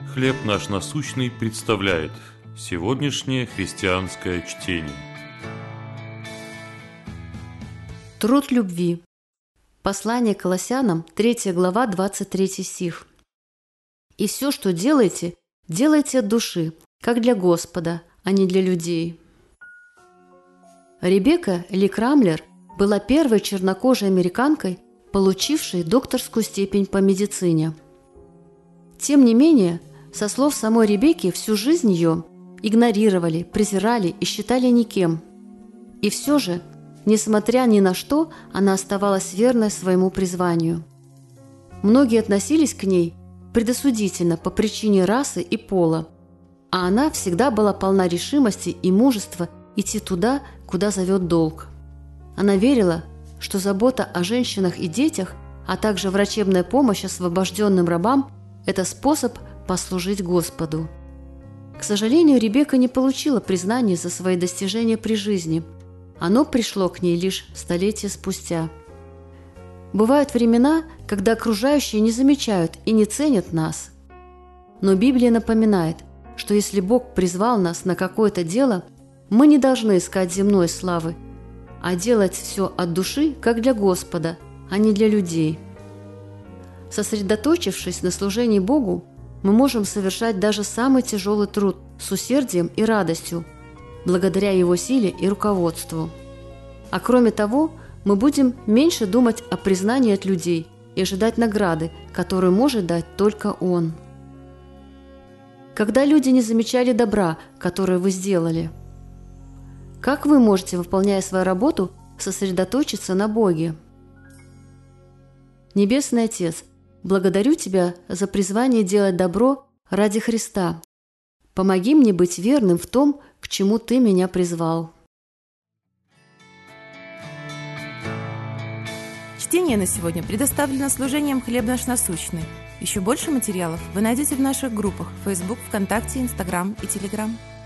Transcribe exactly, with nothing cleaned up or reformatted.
«Хлеб наш насущный» представляет сегодняшнее христианское чтение. Труд любви. Послание к Колоссянам, третья глава, двадцать третий стих. «И все, что делаете, делайте от души, как для Господа, а не для людей». Ребекка Ли Крамлер была первой чернокожей американкой, получившей докторскую степень по медицине. Тем не менее, со слов самой Ребекки, всю жизнь ее игнорировали, презирали и считали никем. И все же, несмотря ни на что, она оставалась верной своему призванию. Многие относились к ней предосудительно по причине расы и пола, а она всегда была полна решимости и мужества идти туда, куда зовет долг. Она верила, что забота о женщинах и детях, а также врачебная помощь освобожденным рабам – это способ послужить Господу. К сожалению, Ребекка не получила признания за свои достижения при жизни. Оно пришло к ней лишь столетия спустя. Бывают времена, когда окружающие не замечают и не ценят нас. Но Библия напоминает, что если Бог призвал нас на какое-то дело, мы не должны искать земной славы, а делать все от души, как для Господа, а не для людей. Сосредоточившись на служении Богу, мы можем совершать даже самый тяжелый труд с усердием и радостью, благодаря Его силе и руководству. А кроме того, мы будем меньше думать о признании от людей и ожидать награды, которую может дать только Он. Когда люди не замечали добра, которое вы сделали? Как вы можете, выполняя свою работу, сосредоточиться на Боге? Небесный Отец, благодарю Тебя за призвание делать добро ради Христа. Помоги мне быть верным в том, к чему Ты меня призвал. Чтение на сегодня предоставлено служением «Хлеб наш насущный». Еще больше материалов вы найдете в наших группах Facebook, ВКонтакте, Instagram и Telegram.